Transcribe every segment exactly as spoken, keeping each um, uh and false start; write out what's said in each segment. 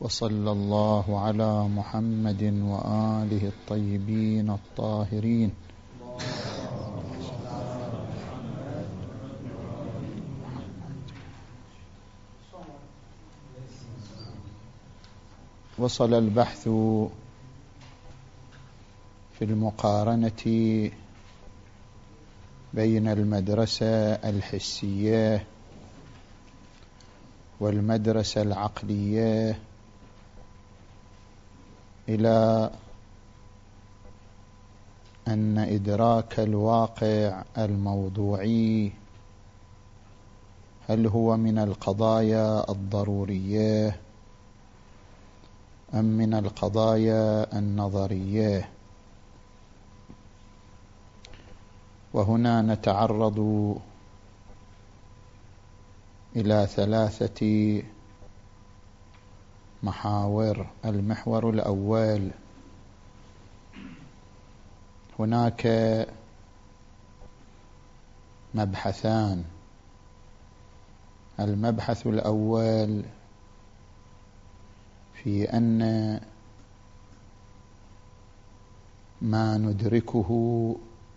وصلى الله على محمد وآله الطيبين الطاهرين. وصل البحث في المقارنة بين المدرسة الحسية والمدرسة العقلية إلى أن إدراك الواقع الموضوعي هل هو من القضايا الضرورية أم من القضايا النظرية. وهنا نتعرض إلى ثلاثة محاور. المحور الأول، هناك مبحثان. المبحث الأول في أن ما ندركه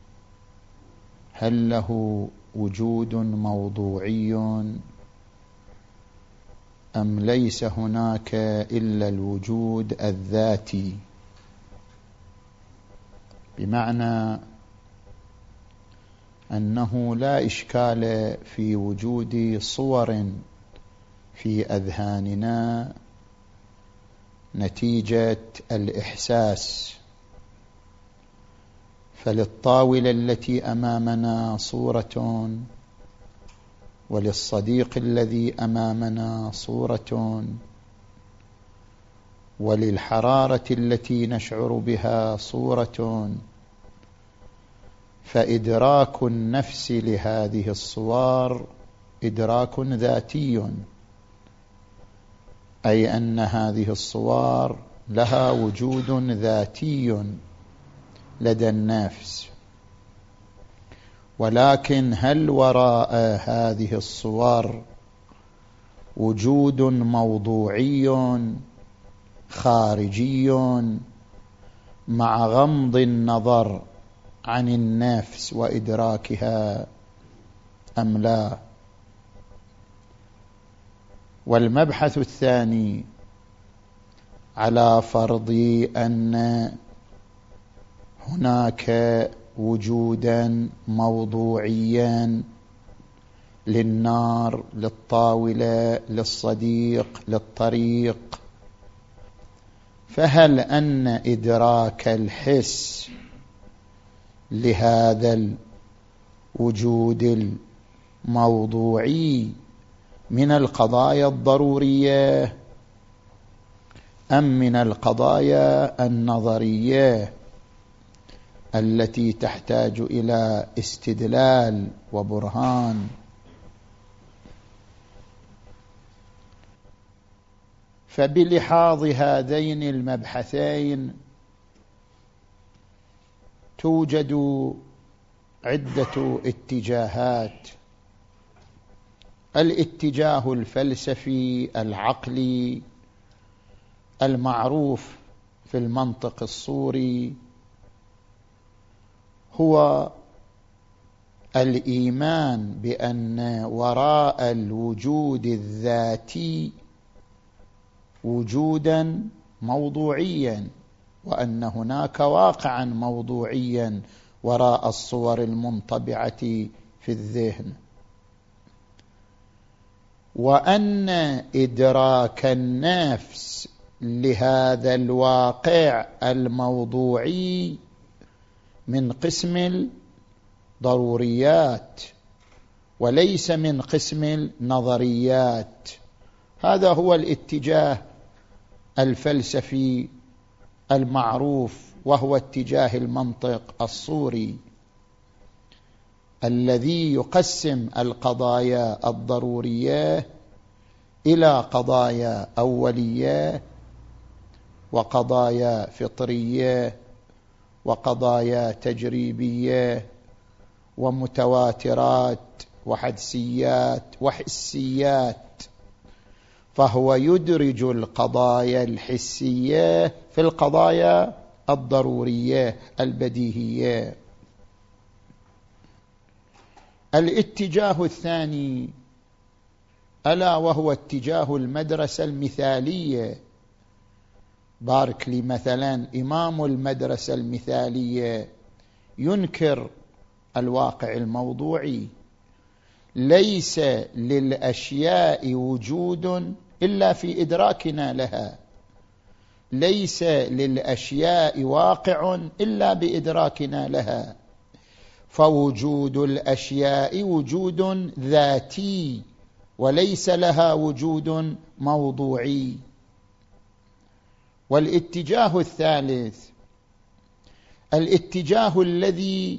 هل له وجود موضوعي أم ليس هناك إلا الوجود الذاتي، بمعنى أنه لا إشكال في وجود صور في أذهاننا نتيجة الإحساس. فللطاولة التي أمامنا صورة، وللصديق الذي أمامنا صورة، وللحرارة التي نشعر بها صورة. فإدراك النفس لهذه الصور إدراك ذاتي، أي أن هذه الصور لها وجود ذاتي لدى النفس. ولكن هل وراء هذه الصور وجود موضوعي خارجي مع غمض النظر عن النفس وإدراكها أم لا؟ والمبحث الثاني، على فرض أن هناك وجودا موضوعيا للنار، للطاولة، للصديق، للطريق، فهل أن إدراك الحس لهذا الوجود الموضوعي من القضايا الضرورية أم من القضايا النظرية التي تحتاج إلى استدلال وبرهان؟ فبلحاظ هذين المبحثين توجد عدة اتجاهات. الاتجاه الفلسفي العقلي المعروف في المنطق الصوري هو الإيمان بأن وراء الوجود الذاتي وجودا موضوعيا، وأن هناك واقعا موضوعيا وراء الصور المنطبعة في الذهن، وأن إدراك النفس لهذا الواقع الموضوعي من قسم الضروريات وليس من قسم النظريات. هذا هو الاتجاه الفلسفي المعروف، وهو اتجاه المنطق الصوري الذي يقسم القضايا الضرورية إلى قضايا أولية وقضايا فطرية وقضايا تجريبية ومتواترات وحدسيات وحسيات. فهو يدرج القضايا الحسية في القضايا الضرورية البديهية. الاتجاه الثاني ألا وهو اتجاه المدرسة المثالية. باركلي مثلا إمام المدرسة المثالية ينكر الواقع الموضوعي، ليس للأشياء وجود إلا في إدراكنا لها، ليس للأشياء واقع إلا بإدراكنا لها، فوجود الأشياء وجود ذاتي وليس لها وجود موضوعي. والاتجاه الثالث الاتجاه الذي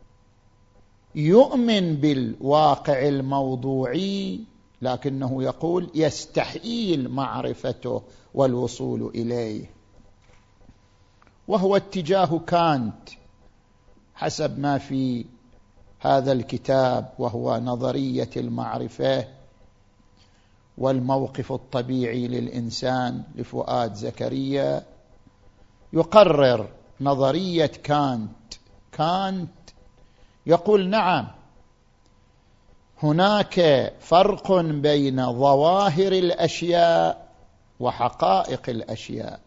يؤمن بالواقع الموضوعي لكنه يقول يستحيل معرفته والوصول إليه، وهو اتجاه كانت حسب ما في هذا الكتاب، وهو نظرية المعرفة والموقف الطبيعي للإنسان لفؤاد زكريا. يقرر نظرية كانت كانت يقول نعم هناك فرق بين ظواهر الأشياء وحقائق الأشياء.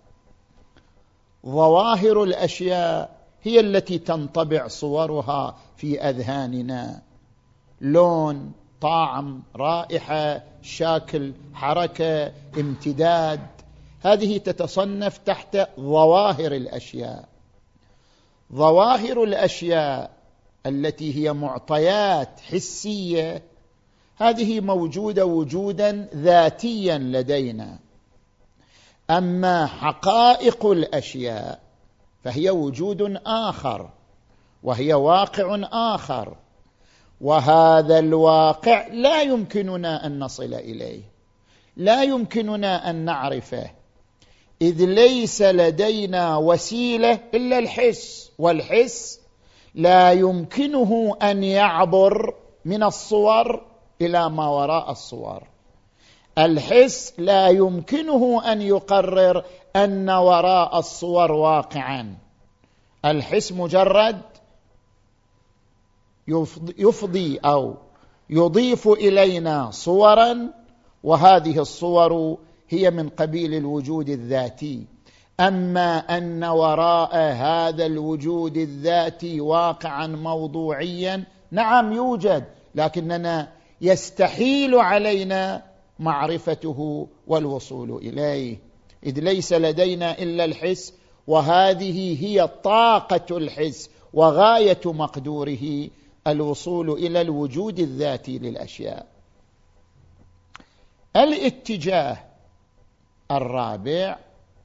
ظواهر الأشياء هي التي تنطبع صورها في أذهاننا، لون، طعم، رائحة، شكل، حركة، امتداد، هذه تتصنف تحت ظواهر الأشياء. ظواهر الأشياء التي هي معطيات حسية هذه موجودة وجودا ذاتيا لدينا. أما حقائق الأشياء فهي وجود آخر وهي واقع آخر، وهذا الواقع لا يمكننا أن نصل إليه، لا يمكننا أن نعرفه، إذ ليس لدينا وسيلة إلا الحس، والحس لا يمكنه أن يعبر من الصور إلى ما وراء الصور. الحس لا يمكنه أن يقرر أن وراء الصور واقعا. الحس مجرد يفضي أو يضيف إلينا صورا، وهذه الصور هي من قبيل الوجود الذاتي. أما أن وراء هذا الوجود الذاتي واقعا موضوعيا نعم يوجد، لكننا يستحيل علينا معرفته والوصول إليه، إذ ليس لدينا إلا الحس، وهذه هي طاقة الحس وغاية مقدوره الوصول إلى الوجود الذاتي للأشياء. الاتجاه الرابع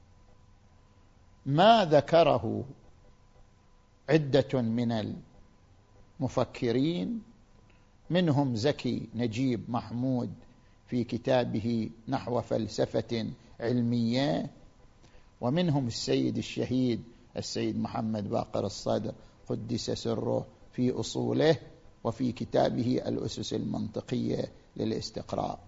ما ذكره عدة من المفكرين، منهم زكي نجيب محمود في كتابه نحو فلسفة علمية، ومنهم السيد الشهيد السيد محمد باقر الصدر قدس سره في أصوله وفي كتابه الأسس المنطقية للاستقراء.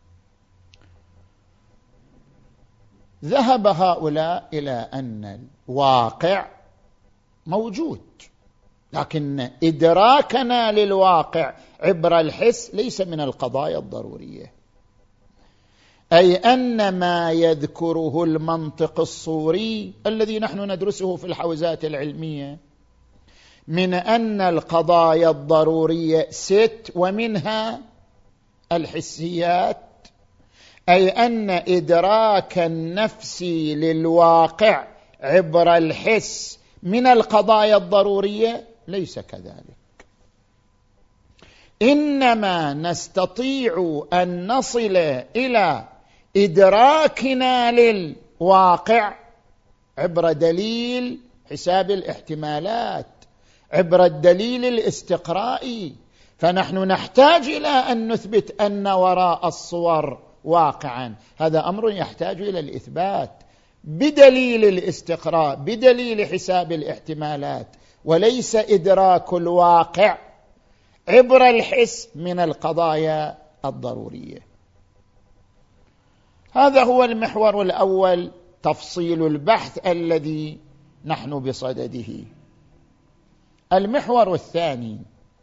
ذهب هؤلاء إلى أن الواقع موجود، لكن إدراكنا للواقع عبر الحس ليس من القضايا الضرورية، أي أن ما يذكره المنطق الصوري الذي نحن ندرسه في الحوزات العلمية من أن القضايا الضرورية ست ومنها الحسيات، أي أن إدراك النفس للواقع عبر الحس من القضايا الضرورية ليس كذلك. إنما نستطيع أن نصل إلى إدراكنا للواقع عبر دليل حساب الاحتمالات، عبر الدليل الاستقرائي. فنحن نحتاج إلى أن نثبت أن وراء الصور واقعا، هذا أمر يحتاج إلى الإثبات بدليل الاستقراء، بدليل حساب الاحتمالات، وليس إدراك الواقع عبر الحس من القضايا الضرورية. هذا هو المحور الأول، تفصيل البحث الذي نحن بصدده. المحور الثاني،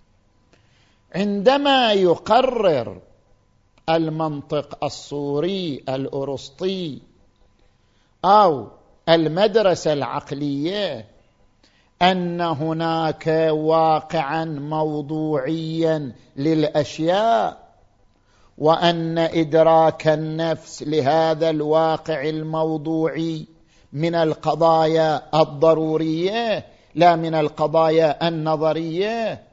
عندما يقرر المنطق الصوري الأرسطي أو المدرسة العقلية أن هناك واقعا موضوعيا للأشياء، وأن إدراك النفس لهذا الواقع الموضوعي من القضايا الضرورية لا من القضايا النظرية،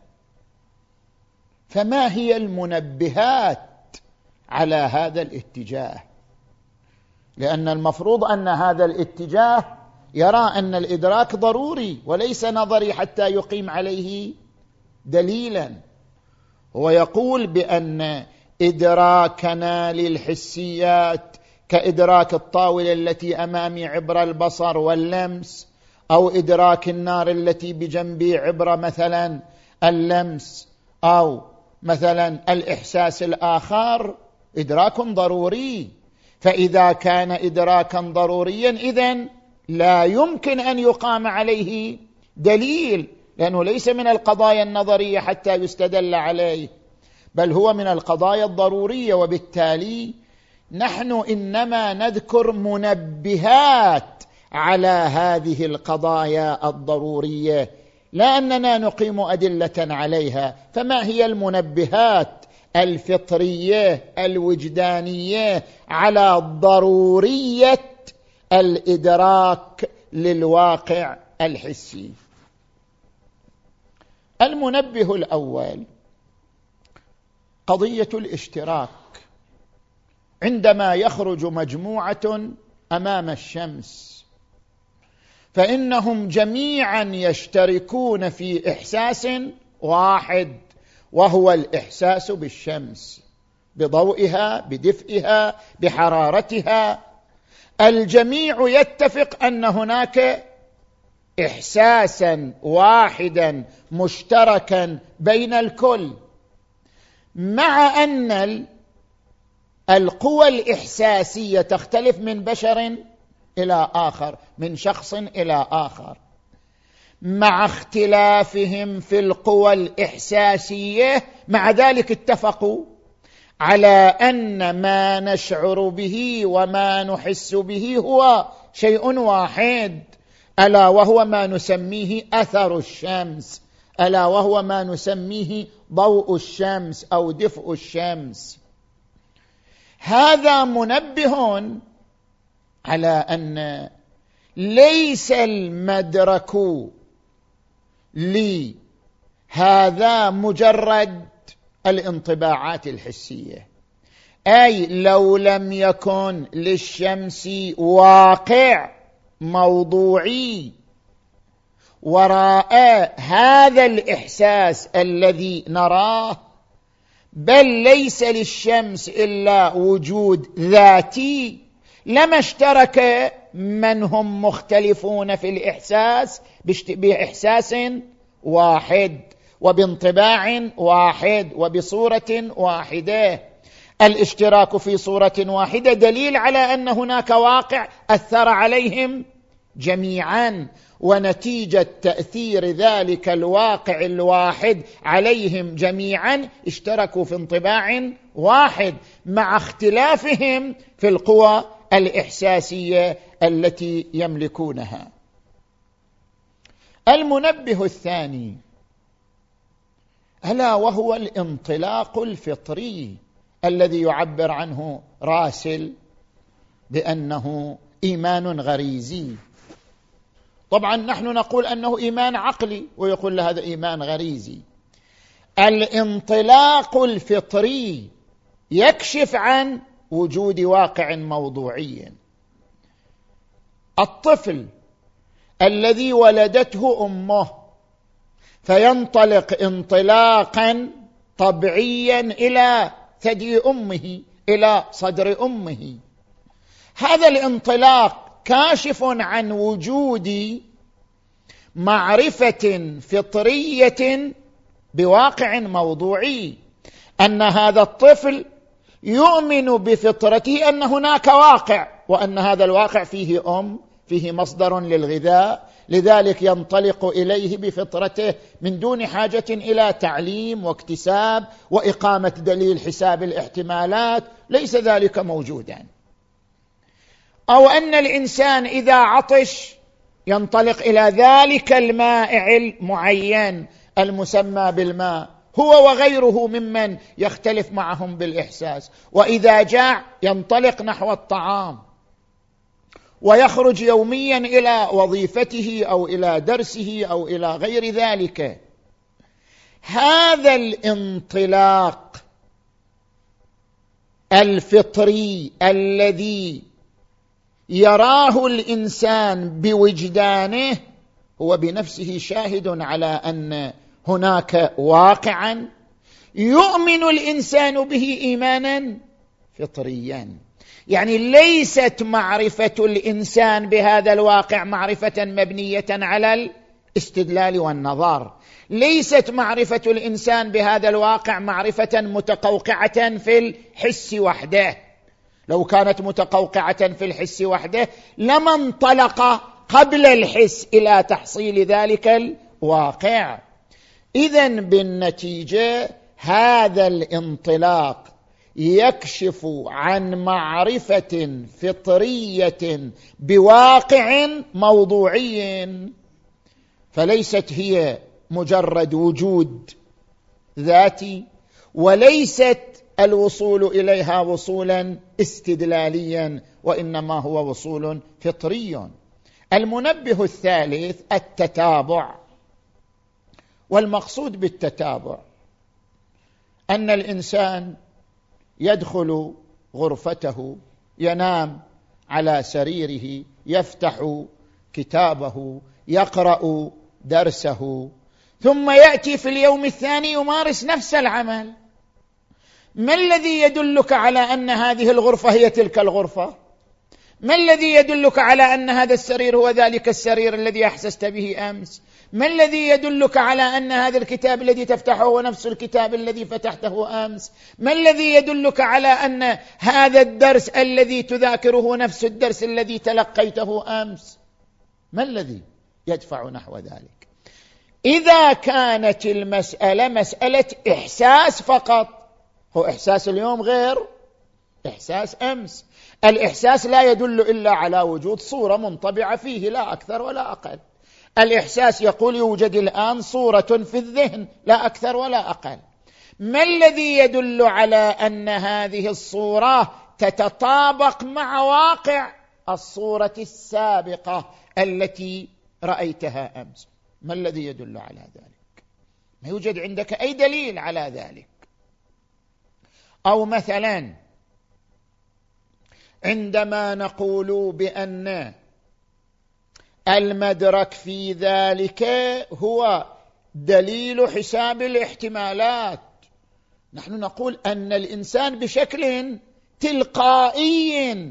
فما هي المنبهات على هذا الاتجاه؟ لأن المفروض أن هذا الاتجاه يرى أن الإدراك ضروري وليس نظري حتى يقيم عليه دليلا. هو يقول بأن إدراكنا للحسيات كإدراك الطاولة التي أمامي عبر البصر واللمس، أو إدراك النار التي بجنبي عبر مثلا اللمس، أو مثلا الإحساس الآخر، إدراك ضروري. فإذا كان إدراكا ضروريا إذن لا يمكن أن يقام عليه دليل، لأنه ليس من القضايا النظرية حتى يستدل عليه، بل هو من القضايا الضرورية. وبالتالي نحن إنما نذكر منبهات على هذه القضايا الضرورية، لا أننا نقيم أدلة عليها. فما هي المنبهات الفطرية الوجدانية على ضرورية الإدراك للواقع الحسي؟ المنبه الأول قضية الاشتراك. عندما يخرج مجموعة أمام الشمس فإنهم جميعا يشتركون في إحساس واحد، وهو الإحساس بالشمس، بضوئها، بدفئها، بحرارتها. الجميع يتفق أن هناك إحساسا واحدا مشتركا بين الكل، مع أن القوى الإحساسية تختلف من بشر إلى آخر، من شخص إلى آخر. مع اختلافهم في القوى الإحساسية، مع ذلك اتفقوا على أن ما نشعر به وما نحس به هو شيء واحد، ألا وهو ما نسميه أثر الشمس، ألا وهو ما نسميه ضوء الشمس أو دفء الشمس. هذا منبه على أن ليس المدرك لهذا مجرد الانطباعات الحسية، أي لو لم يكن للشمس واقع موضوعي وراء هذا الإحساس الذي نراه، بل ليس للشمس إلا وجود ذاتي، لما اشترك من هم مختلفون في الإحساس بإحساس واحد وبانطباع واحد وبصورة واحدة. الاشتراك في صورة واحدة دليل على أن هناك واقع أثر عليهم جميعا، ونتيجة تأثير ذلك الواقع الواحد عليهم جميعا اشتركوا في انطباع واحد، مع اختلافهم في القوى الإحساسية التي يملكونها. المنبه الثاني ألا وهو الانطلاق الفطري الذي يعبر عنه راسل بأنه إيمان غريزي. طبعا نحن نقول أنه إيمان عقلي، ويقول له هذا إيمان غريزي. الانطلاق الفطري يكشف عن وجود واقع موضوعي. الطفل الذي ولدته أمه فينطلق انطلاقا طبيعيا إلى ثدي أمه، إلى صدر أمه، هذا الانطلاق كاشف عن وجود معرفة فطرية بواقع موضوعي، أن هذا الطفل يؤمن بفطرته أن هناك واقع، وأن هذا الواقع فيه أم، فيه مصدر للغذاء، لذلك ينطلق إليه بفطرته من دون حاجة إلى تعليم واكتساب وإقامة دليل حساب الاحتمالات، ليس ذلك موجودا. أو أن الإنسان إذا عطش ينطلق إلى ذلك المائع المعين المسمى بالماء، هو وغيره ممن يختلف معهم بالإحساس، وإذا جاع ينطلق نحو الطعام ويخرج يوميا إلى وظيفته أو إلى درسه أو إلى غير ذلك. هذا الانطلاق الفطري الذي يراه الإنسان بوجدانه هو بنفسه شاهد على أن هناك واقعا يؤمن الإنسان به إيمانا فطريا. يعني ليست معرفة الإنسان بهذا الواقع معرفة مبنية على الاستدلال والنظر، ليست معرفة الإنسان بهذا الواقع معرفة متقوقعة في الحس وحده. لو كانت متقوقعة في الحس وحده لما انطلق قبل الحس إلى تحصيل ذلك الواقع. إذن بالنتيجة هذا الانطلاق يكشف عن معرفة فطرية بواقع موضوعي، فليست هي مجرد وجود ذاتي، وليست الوصول إليها وصولا استدلاليا، وإنما هو وصول فطري. المنبه الثالث التتابع. والمقصود بالتتابع أن الإنسان يدخل غرفته، ينام على سريره، يفتح كتابه، يقرأ درسه، ثم يأتي في اليوم الثاني يمارس نفس العمل. ما الذي يدلك على أن هذه الغرفة هي تلك الغرفة؟ ما الذي يدلك على أن هذا السرير هو ذلك السرير الذي أحسست به أمس؟ ما الذي يدلك على أن هذا الكتاب الذي تفتحه هو نفس الكتاب الذي فتحته أمس؟ ما الذي يدلك على أن هذا الدرس الذي تذاكره نفس الدرس الذي تلقيته أمس؟ ما الذي يدفع نحو ذلك؟ إذا كانت المسألة مسألة إحساس فقط، هو إحساس اليوم غير إحساس أمس. الإحساس لا يدل إلا على وجود صورة منطبعة فيه، لا أكثر ولا أقل. الإحساس يقول يوجد الآن صورة في الذهن، لا أكثر ولا أقل. ما الذي يدل على أن هذه الصورة تتطابق مع واقع الصورة السابقة التي رأيتها أمس؟ ما الذي يدل على ذلك؟ ما يوجد عندك أي دليل على ذلك. أو مثلا عندما نقول بأن المدرك في ذلك هو دليل حساب الاحتمالات، نحن نقول أن الإنسان بشكل تلقائي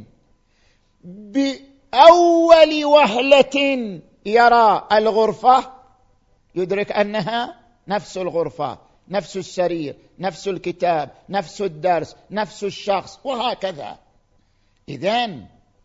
بأول وهلة يرى الغرفة يدرك أنها نفس الغرفة، نفس السرير، نفس الكتاب، نفس الدرس، نفس الشخص، وهكذا. إذن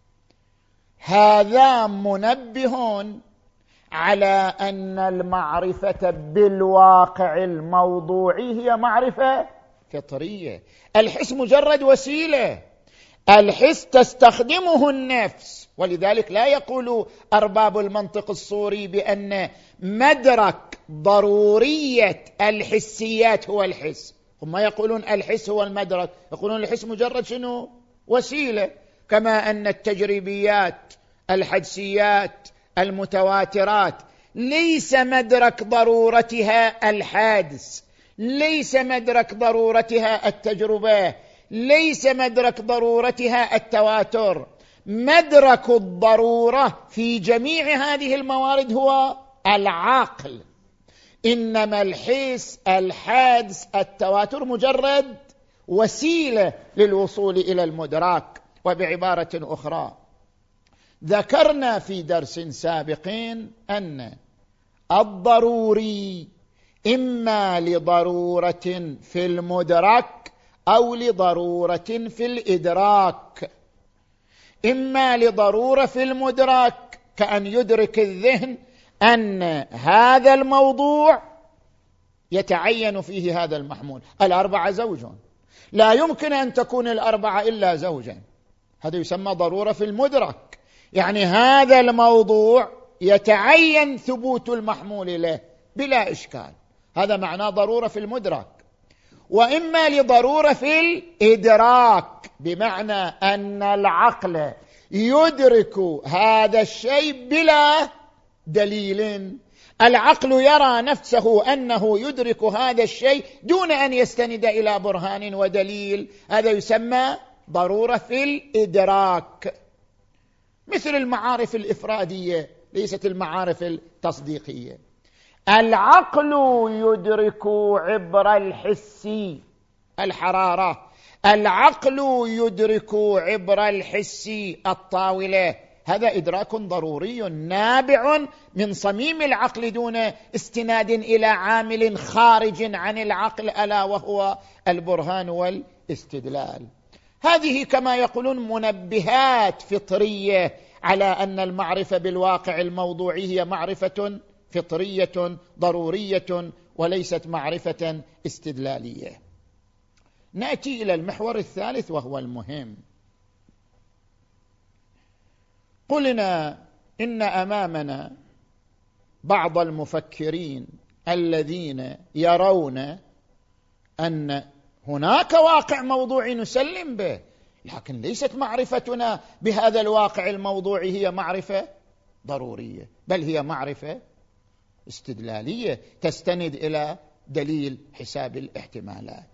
هذا منبه على أن المعرفة بالواقع الموضوعي هي معرفة فطرية. الحس مجرد وسيلة، الحس تستخدمه النفس، ولذلك لا يقول أرباب المنطق الصوري بأن مدرك ضرورية الحسيات هو الحس. هم يقولون الحس هو المدرك، يقولون الحس مجرد شنو؟ وسيلة. كما أن التجريبيات الحدسيات المتواترات ليس مدرك ضرورتها الحادث، ليس مدرك ضرورتها التجربة، ليس مدرك ضرورتها التواتر. مدرك الضرورة في جميع هذه الموارد هو العقل، إنما الحس الحادث التواتر مجرد وسيلة للوصول إلى المدرك. وبعبارة أخرى ذكرنا في درس سابق أن الضروري إما لضرورة في المدرك أو لضرورة في الإدراك، إما لضرورة في المدرك كأن يدرك الذهن أن هذا الموضوع يتعين فيه هذا المحمول. الأربعة زوج، لا يمكن أن تكون الأربعة إلا زوجا، هذا يسمى ضرورة في المدرك، يعني هذا الموضوع يتعين ثبوت المحمول له بلا إشكال، هذا معناه ضرورة في المدرك. وإما لضرورة في الإدراك، بمعنى أن العقل يدرك هذا الشيء بلا دليل، العقل يرى نفسه أنه يدرك هذا الشيء دون أن يستند إلى برهان ودليل، هذا يسمى ضرورة في الإدراك، مثل المعارف الإفرادية ليست المعارف التصديقية. العقل يدرك عبر الحس الحرارة، العقل يدرك عبر الحس الطاولة، هذا إدراك ضروري نابع من صميم العقل دون استناد إلى عامل خارج عن العقل ألا وهو البرهان والاستدلال. هذه كما يقولون منبهات فطرية على أن المعرفة بالواقع الموضوعي هي معرفة فطرية ضرورية وليست معرفة استدلالية. نأتي إلى المحور الثالث وهو المهم. قلنا إن أمامنا بعض المفكرين الذين يرون أن هناك واقع موضوعي نسلم به، لكن ليست معرفتنا بهذا الواقع الموضوعي هي معرفة ضرورية، بل هي معرفة استدلالية تستند إلى دليل حساب الاحتمالات.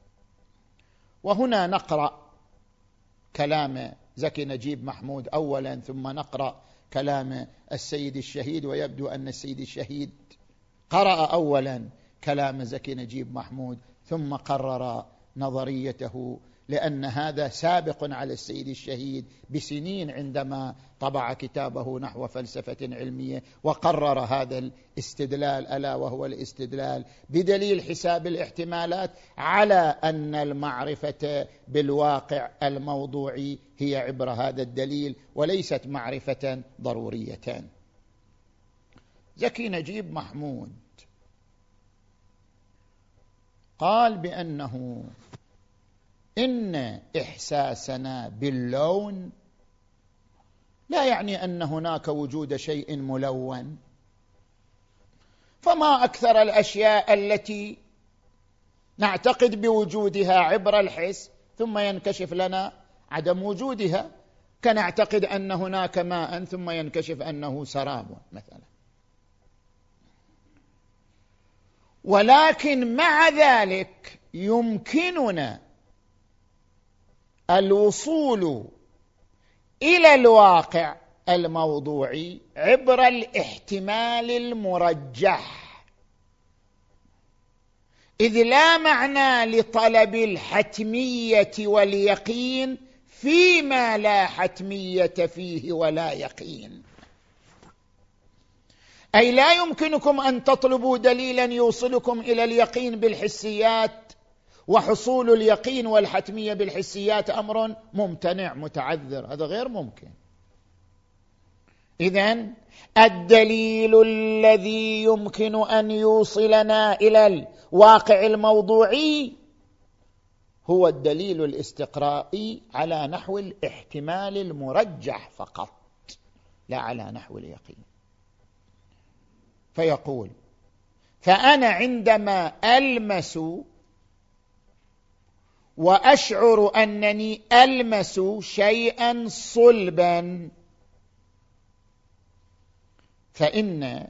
وهنا نقرأ كلام زكي نجيب محمود أولا، ثم نقرأ كلام السيد الشهيد، ويبدو أن السيد الشهيد قرأ أولا كلام زكي نجيب محمود ثم قرر نظريته، لأن هذا سابق على السيد الشهيد بسنين عندما طبع كتابه نحو فلسفة علمية وقرر هذا الاستدلال، ألا وهو الاستدلال بدليل حساب الاحتمالات على أن المعرفة بالواقع الموضوعي هي عبر هذا الدليل وليست معرفة ضرورية. زكي نجيب محمود قال بأنه إن إحساسنا باللون لا يعني أن هناك وجود شيء ملون، فما أكثر الأشياء التي نعتقد بوجودها عبر الحس ثم ينكشف لنا عدم وجودها، كنعتقد أن هناك ماء ثم ينكشف أنه سراب مثلا. ولكن مع ذلك يمكننا الوصول إلى الواقع الموضوعي عبر الاحتمال المرجح، إذ لا معنى لطلب الحتمية واليقين فيما لا حتمية فيه ولا يقين. أي لا يمكنكم أن تطلبوا دليلا يوصلكم إلى اليقين بالحسيات، وحصول اليقين والحتمية بالحسيات أمر ممتنع متعذر، هذا غير ممكن. إذن الدليل الذي يمكن أن يوصلنا إلى الواقع الموضوعي هو الدليل الاستقرائي على نحو الاحتمال المرجح فقط، لا على نحو اليقين. فيقول: فأنا عندما ألمس وأشعر أنني ألمس شيئا صلبا، فإن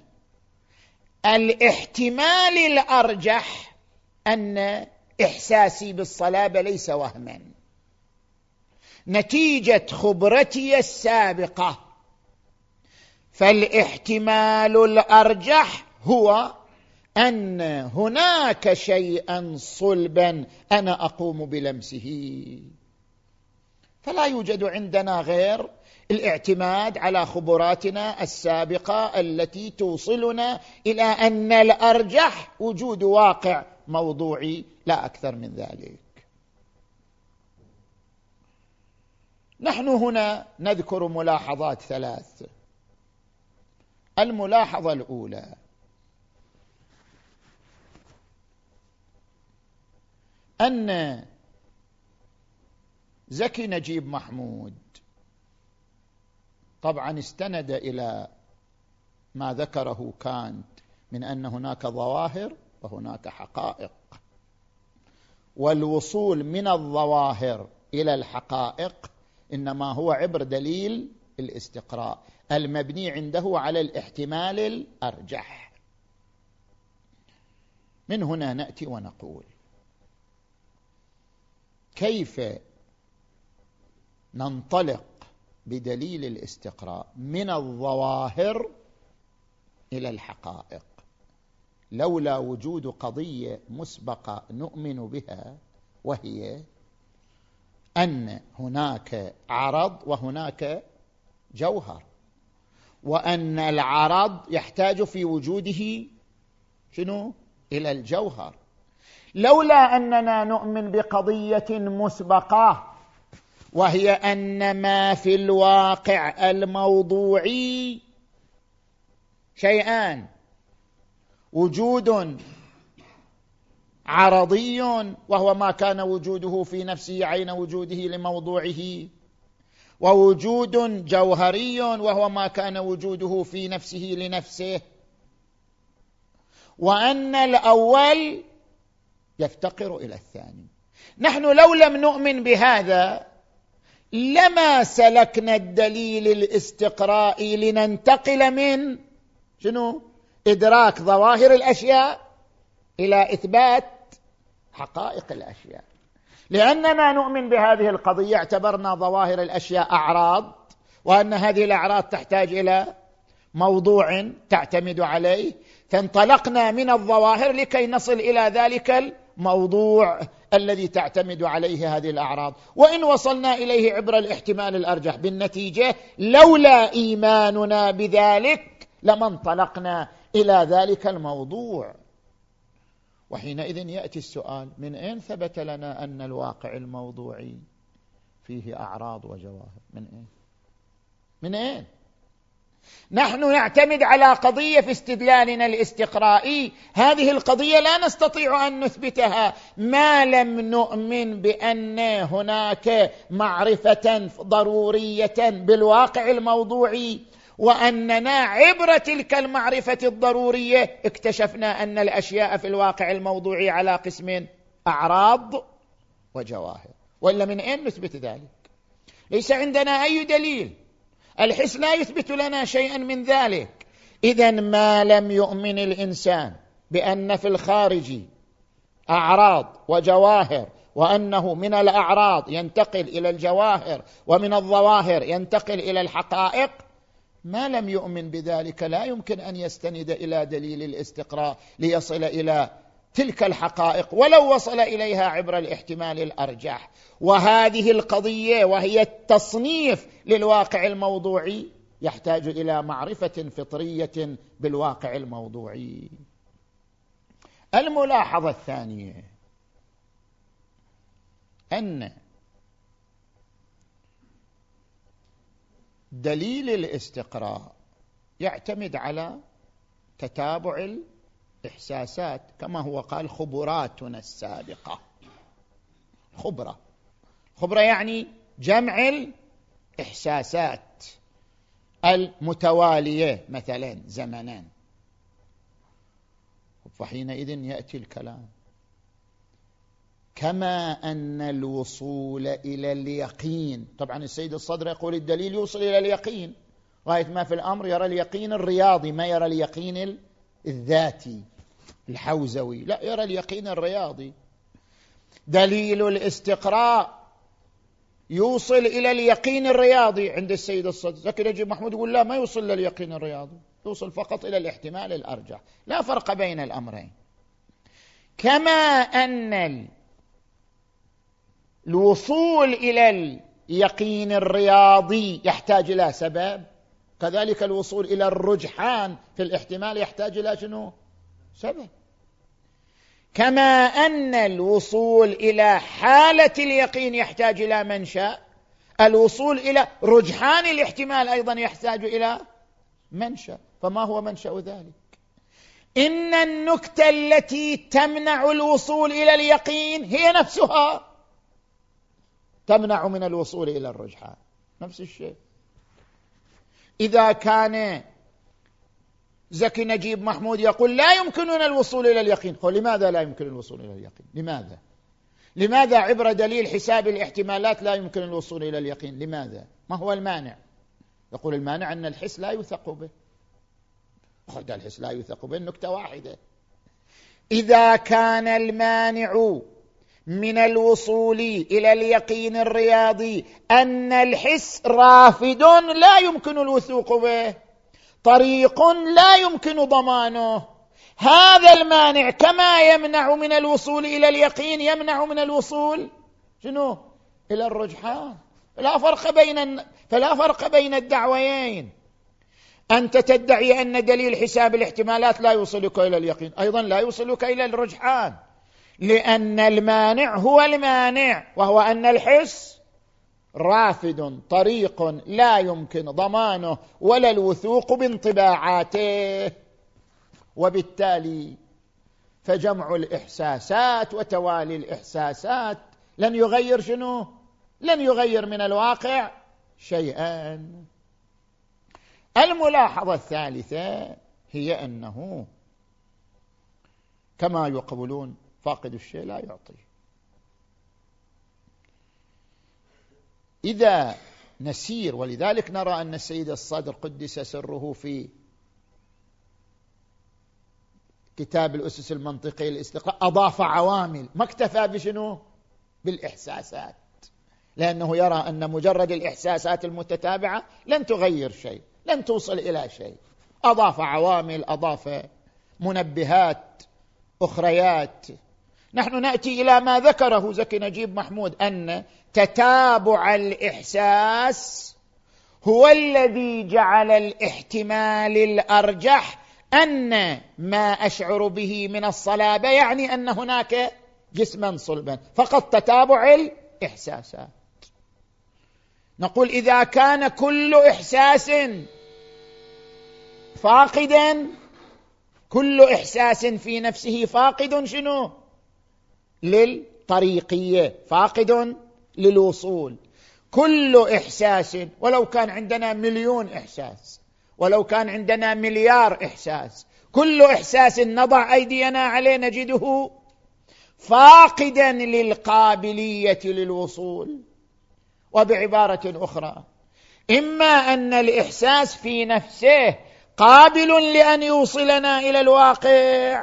الاحتمال الأرجح أن إحساسي بالصلابة ليس وهما، نتيجة خبرتي السابقة، فالاحتمال الأرجح هو أن هناك شيئا صلبا أنا أقوم بلمسه. فلا يوجد عندنا غير الاعتماد على خبراتنا السابقة التي توصلنا إلى أن الأرجح وجود واقع موضوعي، لا أكثر من ذلك. نحن هنا نذكر ملاحظات ثلاث. الملاحظة الأولى: أن زكي نجيب محمود طبعا استند إلى ما ذكره كانت من أن هناك ظواهر وهناك حقائق، والوصول من الظواهر إلى الحقائق إنما هو عبر دليل الاستقراء المبني عنده على الاحتمال الأرجح. من هنا نأتي ونقول: كيف ننطلق بدليل الاستقراء من الظواهر إلى الحقائق لولا وجود قضية مسبقة نؤمن بها، وهي أن هناك عرض وهناك جوهر، وأن العرض يحتاج في وجوده شنو؟ إلى الجوهر. لولا أننا نؤمن بقضية مسبقة، وهي أن ما في الواقع الموضوعي شيئان: وجود عرضي وهو ما كان وجوده في نفسه عين وجوده لموضوعه، ووجود جوهري وهو ما كان وجوده في نفسه لنفسه، وأن الأول يفتقر إلى الثاني. نحن لو لم نؤمن بهذا لما سلكنا الدليل الاستقرائي لننتقل من شنو؟ إدراك ظواهر الأشياء إلى إثبات حقائق الأشياء. لأننا نؤمن بهذه القضية اعتبرنا ظواهر الأشياء أعراض، وأن هذه الأعراض تحتاج إلى موضوع تعتمد عليه، فانطلقنا من الظواهر لكي نصل إلى ذلك الموضوع الذي تعتمد عليه هذه الأعراض، وإن وصلنا إليه عبر الاحتمال الأرجح. بالنتيجة لولا إيماننا بذلك لما انطلقنا إلى ذلك الموضوع. وحينئذ يأتي السؤال: من أين ثبت لنا أن الواقع الموضوعي فيه أعراض وجواهر؟ من أين؟ من أين؟ نحن نعتمد على قضية في استدلالنا الاستقرائي، هذه القضية لا نستطيع أن نثبتها ما لم نؤمن بأن هناك معرفة ضرورية بالواقع الموضوعي، وأننا عبر تلك المعرفة الضرورية اكتشفنا أن الأشياء في الواقع الموضوعي على قسمين: أعراض وجواهر. وإلا من أين نثبت ذلك؟ ليس عندنا أي دليل، الحس لا يثبت لنا شيئا من ذلك. إذن ما لم يؤمن الإنسان بأن في الخارج أعراض وجواهر، وأنه من الأعراض ينتقل إلى الجواهر ومن الظواهر ينتقل إلى الحقائق، ما لم يؤمن بذلك لا يمكن أن يستند إلى دليل الاستقراء ليصل إلى تلك الحقائق، ولو وصل إليها عبر الاحتمال الأرجح. وهذه القضية وهي التصنيف للواقع الموضوعي يحتاج إلى معرفة فطرية بالواقع الموضوعي. الملاحظة الثانية: أن دليل الاستقراء يعتمد على تتابع الإحساسات، كما هو قال: خبراتنا السابقة. خبرة خبرة يعني جمع الإحساسات المتوالية مثلا زمنا. فحينئذ يأتي الكلام: كما أن الوصول إلى اليقين، طبعا السيد الصدر يقول الدليل يوصل إلى اليقين، غاية ما في الأمر يرى اليقين الرياضي، ما يرى اليقين الذاتي الحوزوي، لا، يرى اليقين الرياضي. دليل الاستقراء يوصل إلى اليقين الرياضي عند السيد الصدر. زكي نجيب محمود يقول لا، ما يوصل لليقين الرياضي، يوصل فقط إلى الاحتمال الأرجح. لا فرق بين الأمرين. كما أن الوصول إلى اليقين الرياضي يحتاج إلى سبب، كذلك الوصول إلى الرجحان في الاحتمال يحتاج إلى شنو؟ سبب. كما أن الوصول إلى حالة اليقين يحتاج إلى منشأ، الوصول إلى رجحان الاحتمال أيضا يحتاج إلى منشأ. فما هو منشأ ذلك؟ إن النكتة التي تمنع الوصول إلى اليقين هي نفسها تمنع من الوصول إلى الرجحان. نفس الشيء. إذا كان زكي نجيب محمود يقول لا يمكننا الوصول إلى اليقين، قل لماذا لا يمكن الوصول إلى اليقين؟ لماذا؟ لماذا عبر دليل حساب الاحتمالات لا يمكن الوصول إلى اليقين؟ لماذا؟ ما هو المانع؟ يقول المانع أن الحس لا يوثق به. هذا الحس لا يوثق به نكتة واحدة. إذا كان المانع من الوصول إلى اليقين الرياضي أن الحس رافد لا يمكن الوثوق به، طريق لا يمكن ضمانه، هذا المانع كما يمنع من الوصول إلى اليقين يمنع من الوصول شنو؟ إلى الرجحان. لا فرق بين فلا فرق بين الدعويين. أنت تدعي أن دليل حساب الاحتمالات لا يوصلك إلى اليقين، أيضا لا يوصلك إلى الرجحان، لأن المانع هو المانع، وهو أن الحس رافد طريق لا يمكن ضمانه ولا الوثوق بانطباعاته. وبالتالي فجمع الإحساسات وتوالي الإحساسات لن يغير شنو؟ لن يغير من الواقع شيئا. الملاحظة الثالثة هي أنه كما يقولون فاقد الشيء لا يعطي. إذا نسير، ولذلك نرى أن السيد الصدر قدس سره في كتاب الأسس المنطقية الاستقراء أضاف عوامل، ما اكتفى بشنو؟ بالإحساسات، لأنه يرى أن مجرد الإحساسات المتتابعة لن تغير شيء، لن توصل إلى شيء. أضاف عوامل، أضاف منبهات أخريات. نحن نأتي إلى ما ذكره زكي نجيب محمود أن تتابع الإحساس هو الذي جعل الاحتمال الأرجح أن ما أشعر به من الصلابة يعني أن هناك جسما صلبا، فقط تتابع الإحساسات. نقول إذا كان كل إحساس فاقدا، كل إحساس في نفسه فاقد شنو؟ للطريقية، فاقد للوصول. كل إحساس، ولو كان عندنا مليون إحساس، ولو كان عندنا مليار إحساس، كل إحساس نضع أيدينا عليه نجده فاقدا للقابلية للوصول. وبعبارة أخرى، إما أن الإحساس في نفسه قابل لأن يوصلنا إلى الواقع،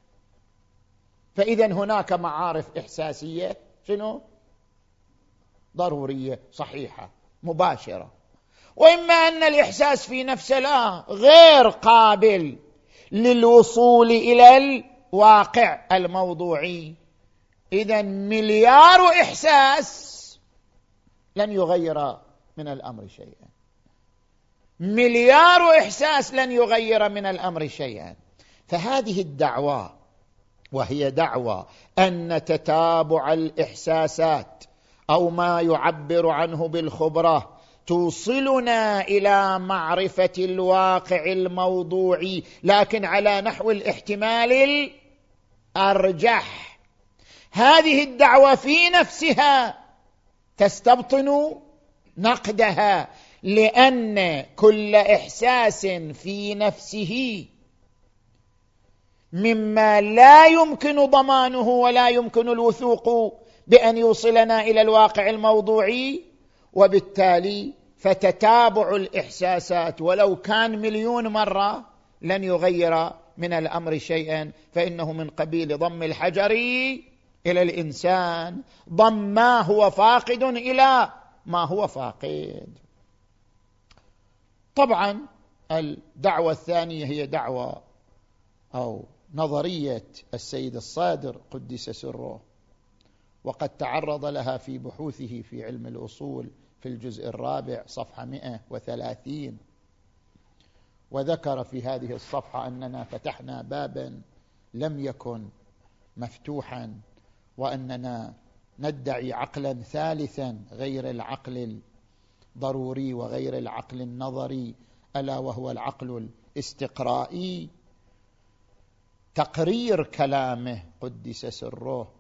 فإذا هناك معارف إحساسية شنو؟ ضرورية صحيحة مباشرة. وإما أن الإحساس في نفسه لا، غير قابل للوصول إلى الواقع الموضوعي. إذا مليار إحساس لن يغير من الأمر شيئا، مليار إحساس لن يغير من الأمر شيئا. فهذه الدعوة، وهي دعوة أن تتابع الإحساسات أو ما يعبر عنه بالخبرة توصلنا إلى معرفة الواقع الموضوعي، لكن على نحو الاحتمال الأرجح. هذه الدعوة في نفسها تستبطن نقدها، لأن كل إحساس في نفسه مما لا يمكن ضمانه ولا يمكن الوثوق بأن يوصلنا إلى الواقع الموضوعي، وبالتالي فتتابع الإحساسات ولو كان مليون مرة لن يغير من الأمر شيئا، فإنه من قبيل ضم الحجر إلى الإنسان، ضم ما هو فاقد إلى ما هو فاقد. طبعا الدعوة الثانية هي دعوة أو نظرية السيد الصادر قدس سره، وقد تعرض لها في بحوثه في علم الأصول في الجزء الرابع صفحة مئة وثلاثين، وذكر في هذه الصفحة أننا فتحنا بابا لم يكن مفتوحا، وأننا ندعي عقلا ثالثا غير العقل الضروري وغير العقل النظري، ألا وهو العقل الاستقرائي، تقرير كلامه قدس سره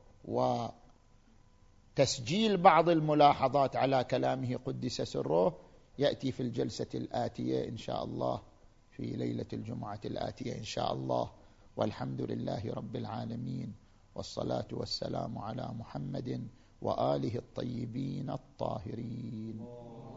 وتسجيل بعض الملاحظات على كلامه قدس سره، يأتي في الجلسة الآتية إن شاء الله، في ليلة الجمعة الآتية إن شاء الله. والحمد لله رب العالمين، والصلاة والسلام على محمد وآله الطيبين الطاهرين.